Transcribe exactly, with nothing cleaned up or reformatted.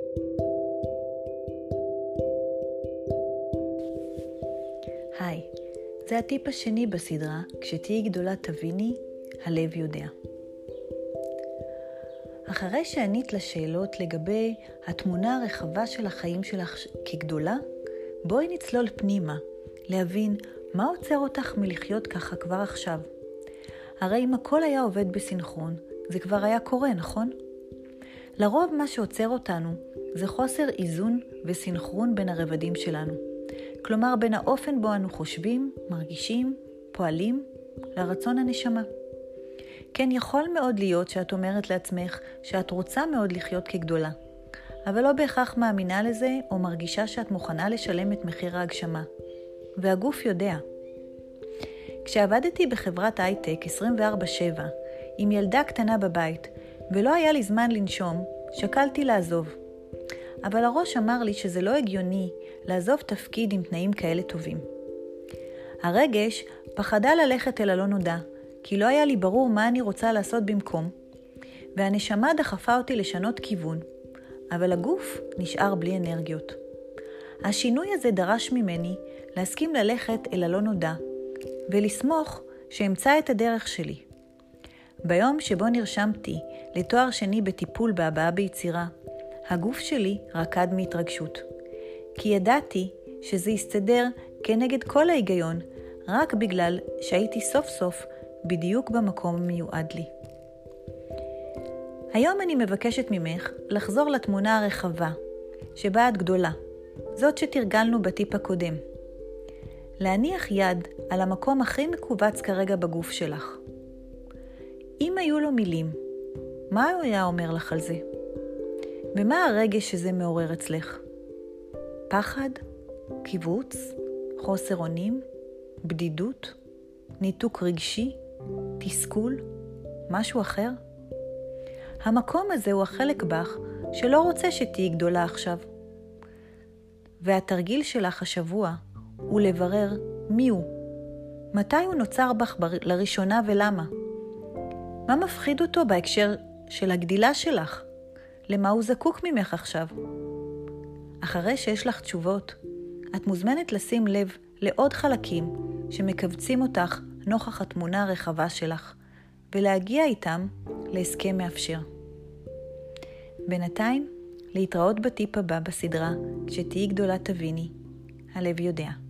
היי, זה הטיפ השני בסדרה, כשתהיי גדולה תביני, הלב יודע. אחרי שענית לשאלות לגבי התמונה הרחבה של החיים שלך כגדולה, בואי נצלול פנימה, להבין מה עוצר אותך מלחיות ככה כבר עכשיו. הרי אם הכל היה עובד בסינכרון, זה כבר היה קורה, נכון? לרוב מה שעוצר אותנו זה חוסר איזון וסינכרון בין הרבדים שלנו. כלומר, בין האופן בו אנו חושבים, מרגישים, פועלים, לרצון הנשמה. כן, יכול מאוד להיות שאת אומרת לעצמך שאת רוצה מאוד לחיות כגדולה, אבל לא בהכרח מאמינה לזה או מרגישה שאת מוכנה לשלם את מחיר ההגשמה. והגוף יודע. כשעבדתי בחברת הייטק עשרים וארבע שבע עם ילדה קטנה בבית ולא היה לי זמן לנשום, שקלתי לעזוב. אבל הראש אמר לי שזה לא הגיוני לעזוב תפקיד עם תנאים כאלה טובים. הרגש פחדה ללכת אל הלא נודע, כי לא היה לי ברור מה אני רוצה לעשות במקום, והנשמה דחפה אותי לשנות כיוון, אבל הגוף נשאר בלי אנרגיות. השינוי הזה דרש ממני להסכים ללכת אל הלא נודע, ולסמוך שאמצא את הדרך שלי. ביום שבו נרשמתי לתואר שני בטיפול בהבעה ביצירה, הגוף שלי רקד מהתרגשות, כי ידעתי שזה יסתדר כנגד כל ההיגיון, רק בגלל שהייתי סוף סוף בדיוק במקום המיועד לי. היום אני מבקשת ממך לחזור לתמונה הרחבה, שבה את גדולה, זאת שתרגלנו בטיפ הקודם. להניח יד על המקום הכי מקובץ כרגע בגוף שלך. אם היו לו מילים, מה הוא היה אומר לך על זה? ומה הרגש שזה מעורר אצלך? פחד? קיבוץ? חוסר אונים? בדידות? ניתוק רגשי? תסכול? משהו אחר? המקום הזה הוא החלק בך שלא רוצה שתהיי גדולה עכשיו. והתרגיל שלך השבוע הוא לברר מי הוא. מתי הוא נוצר בך לראשונה ולמה? מה מפחיד אותו בהקשר של הגדילה שלך? למה הוא זקוק ממך עכשיו? אחרי שיש לך תשובות, את מוזמנת לשים לב לעוד חלקים שמקבצים אותך נוכח התמונה הרחבה שלך, ולהגיע איתם להסכם מאפשר. בינתיים, להתראות בטיפ הבא בסדרה, כשתהיי גדולה תביני, הלב יודע.